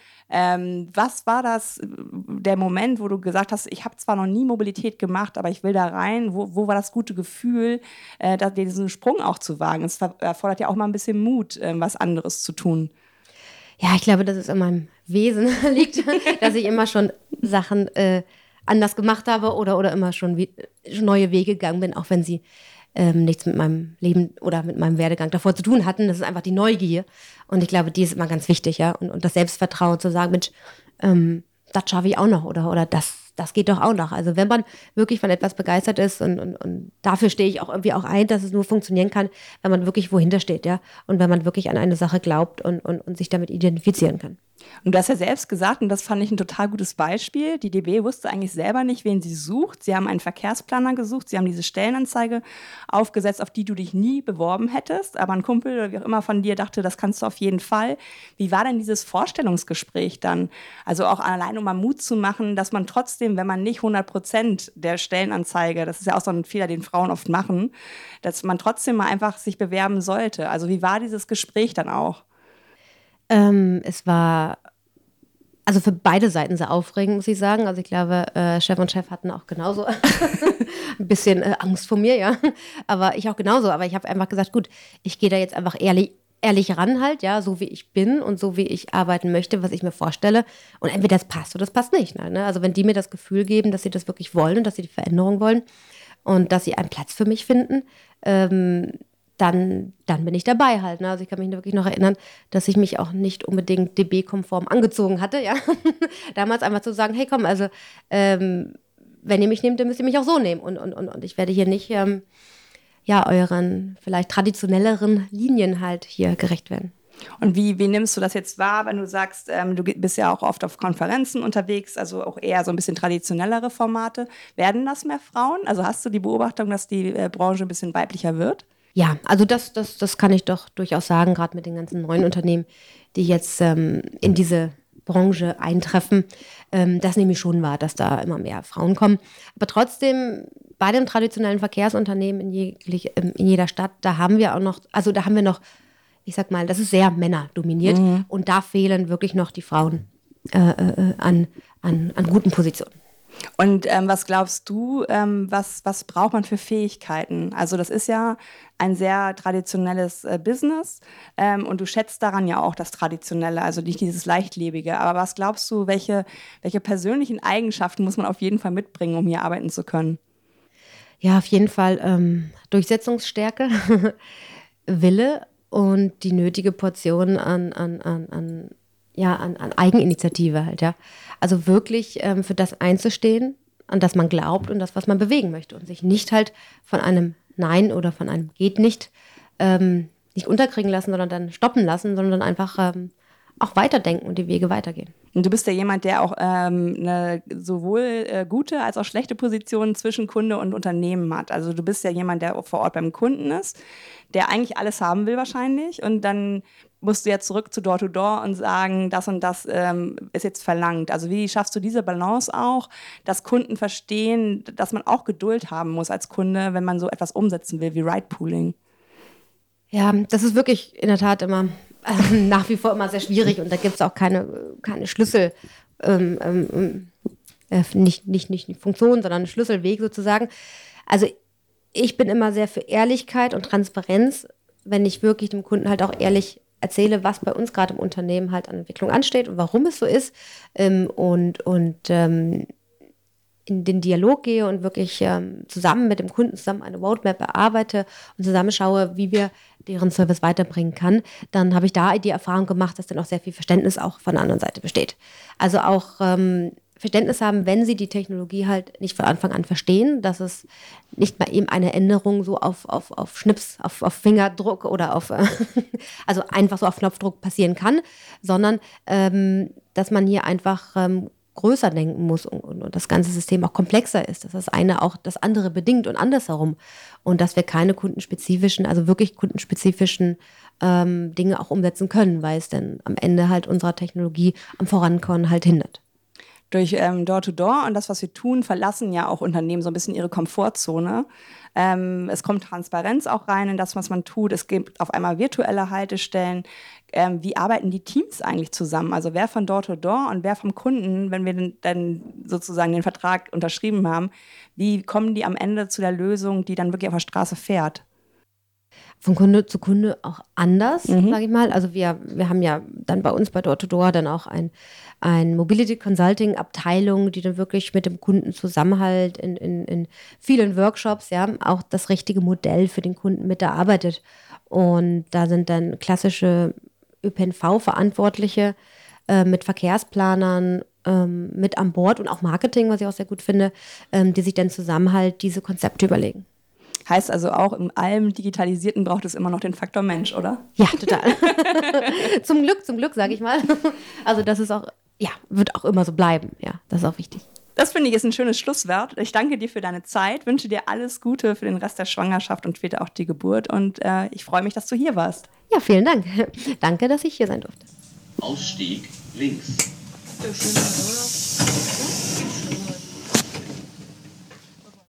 Speaker 1: Was war der Moment, wo du gesagt hast, ich habe zwar noch nie Mobilität gemacht, aber ich will da rein? Wo war das gute Gefühl, diesen Sprung auch zu wagen? Es erfordert ja auch mal ein bisschen Mut, was anderes zu tun.
Speaker 2: Ja, ich glaube, dass es in meinem Wesen liegt, dass ich immer schon Sachen anders gemacht habe oder immer schon neue Wege gegangen bin, auch wenn sie nichts mit meinem Leben oder mit meinem Werdegang davor zu tun hatten. Das ist einfach die Neugier. Und ich glaube, die ist immer ganz wichtig, ja. Und das Selbstvertrauen zu sagen, Mensch, das schaffe ich auch noch oder das geht doch auch noch. Also wenn man wirklich von etwas begeistert ist und dafür stehe ich auch irgendwie auch ein, dass es nur funktionieren kann, wenn man wirklich wohinter steht, ja. Und wenn man wirklich an eine Sache glaubt und sich damit identifizieren kann.
Speaker 1: Und du hast ja selbst gesagt, und das fand ich ein total gutes Beispiel, die DB wusste eigentlich selber nicht, wen sie sucht. Sie haben einen Verkehrsplaner gesucht, sie haben diese Stellenanzeige aufgesetzt, auf die du dich nie beworben hättest, aber ein Kumpel oder wie auch immer von dir dachte, das kannst du auf jeden Fall. Wie war denn dieses Vorstellungsgespräch dann? Also auch allein, um mal Mut zu machen, dass man trotzdem, wenn man nicht 100% der Stellenanzeige, das ist ja auch so ein Fehler, den Frauen oft machen, dass man trotzdem mal einfach sich bewerben sollte. Also wie war dieses Gespräch dann auch?
Speaker 2: Es war also für beide Seiten sehr aufregend, muss ich sagen. Also ich glaube, Chef und Chef hatten auch genauso ein bisschen Angst vor mir, ja. Aber ich auch genauso. Aber ich habe einfach gesagt, gut, ich gehe da jetzt einfach ehrlich ran halt, ja, so wie ich bin und so wie ich arbeiten möchte, was ich mir vorstelle. Und entweder das passt oder das passt nicht. Ne? Also wenn die mir das Gefühl geben, dass sie das wirklich wollen und dass sie die Veränderung wollen und dass sie einen Platz für mich finden, dann bin ich dabei halt. Ne? Also ich kann mich wirklich noch erinnern, dass ich mich auch nicht unbedingt DB-konform angezogen hatte, ja. Damals einfach zu sagen, hey komm, also wenn ihr mich nehmt, dann müsst ihr mich auch so nehmen. Und ich werde hier nicht euren vielleicht traditionelleren Linien halt hier gerecht werden.
Speaker 1: Und wie nimmst du das jetzt wahr, wenn du sagst, du bist ja auch oft auf Konferenzen unterwegs, also auch eher so ein bisschen traditionellere Formate. Werden das mehr Frauen? Also hast du die Beobachtung, dass die Branche ein bisschen weiblicher wird?
Speaker 2: Ja, also das kann ich doch durchaus sagen, gerade mit den ganzen neuen Unternehmen, die jetzt in diese Branche eintreffen. Das nehme ich schon wahr, dass da immer mehr Frauen kommen. Aber trotzdem, bei dem traditionellen Verkehrsunternehmen in jeder Stadt, da haben wir noch, ich sag mal, das ist sehr männerdominiert. Und da fehlen wirklich noch die Frauen an guten Positionen.
Speaker 1: Und was glaubst du, was braucht man für Fähigkeiten? Also das ist ja ein sehr traditionelles Business und du schätzt daran ja auch das Traditionelle, also nicht dieses Leichtlebige. Aber was glaubst du, welche persönlichen Eigenschaften muss man auf jeden Fall mitbringen, um hier arbeiten zu können?
Speaker 2: Ja, auf jeden Fall Durchsetzungsstärke, Wille und die nötige Portion an Eigeninitiative halt, ja. Also wirklich für das einzustehen, an das man glaubt und das, was man bewegen möchte und sich nicht halt von einem Nein oder von einem Geht nicht unterkriegen lassen, sondern dann stoppen lassen, sondern einfach auch weiterdenken und die Wege weitergehen.
Speaker 1: Und du bist ja jemand, der auch eine sowohl gute als auch schlechte Positionen zwischen Kunde und Unternehmen hat. Also du bist ja jemand, der auch vor Ort beim Kunden ist, der eigentlich alles haben will wahrscheinlich und dann musst du ja zurück zu Door-to-Door und sagen, das und das ist jetzt verlangt. Also wie schaffst du diese Balance auch, dass Kunden verstehen, dass man auch Geduld haben muss als Kunde, wenn man so etwas umsetzen will wie Ride-Pooling?
Speaker 2: Ja, das ist wirklich in der Tat immer nach wie vor immer sehr schwierig und da gibt es auch keine Schlüssel, nicht Funktion, sondern einen Schlüsselweg sozusagen. Also ich bin immer sehr für Ehrlichkeit und Transparenz, wenn ich wirklich dem Kunden halt auch ehrlich erzähle, was bei uns gerade im Unternehmen halt an Entwicklung ansteht und warum es so ist und in den Dialog gehe und wirklich zusammen mit dem Kunden zusammen eine Roadmap erarbeite und zusammen schaue, wie wir deren Service weiterbringen kann, dann habe ich da die Erfahrung gemacht, dass dann auch sehr viel Verständnis auch von der anderen Seite besteht. Also auch Verständnis haben, wenn sie die Technologie halt nicht von Anfang an verstehen, dass es nicht mal eben eine Änderung so auf Schnips, auf Fingerdruck oder also einfach so auf Knopfdruck passieren kann, sondern dass man hier einfach größer denken muss und das ganze System auch komplexer ist, dass das eine auch das andere bedingt und andersherum und dass wir keine wirklich kundenspezifischen Dinge auch umsetzen können, weil es dann am Ende halt unserer Technologie am Vorankommen halt hindert.
Speaker 1: Durch Door-to-Door und das, was wir tun, verlassen ja auch Unternehmen so ein bisschen ihre Komfortzone. Es kommt Transparenz auch rein in das, was man tut. Es gibt auf einmal virtuelle Haltestellen. Wie arbeiten die Teams eigentlich zusammen? Also wer von Door-to-Door und wer vom Kunden, wenn wir dann sozusagen den Vertrag unterschrieben haben, wie kommen die am Ende zu der Lösung, die dann wirklich auf der Straße fährt?
Speaker 2: Von Kunde zu Kunde auch anders, sage ich mal. Also wir haben ja dann bei uns bei Door2Door dann auch ein Mobility Consulting Abteilung, die dann wirklich mit dem Kunden zusammenhalt in vielen Workshops, ja, auch das richtige Modell für den Kunden mit erarbeitet. Und da sind dann klassische ÖPNV-Verantwortliche mit Verkehrsplanern mit an Bord und auch Marketing, was ich auch sehr gut finde, die sich dann zusammen halt diese Konzepte überlegen.
Speaker 1: Heißt also auch, in allem Digitalisierten braucht es immer noch den Faktor Mensch, oder?
Speaker 2: Ja, total. Zum Glück, sage ich mal. Also das ist auch, ja, wird auch immer so bleiben. Ja, das ist auch wichtig.
Speaker 1: Das finde ich ist ein schönes Schlusswort. Ich danke dir für deine Zeit, wünsche dir alles Gute für den Rest der Schwangerschaft und später auch die Geburt. Und ich freue mich, dass du hier warst.
Speaker 2: Ja, vielen Dank. Danke, dass ich hier sein durfte.
Speaker 3: Ausstieg links.
Speaker 1: Schön, oder?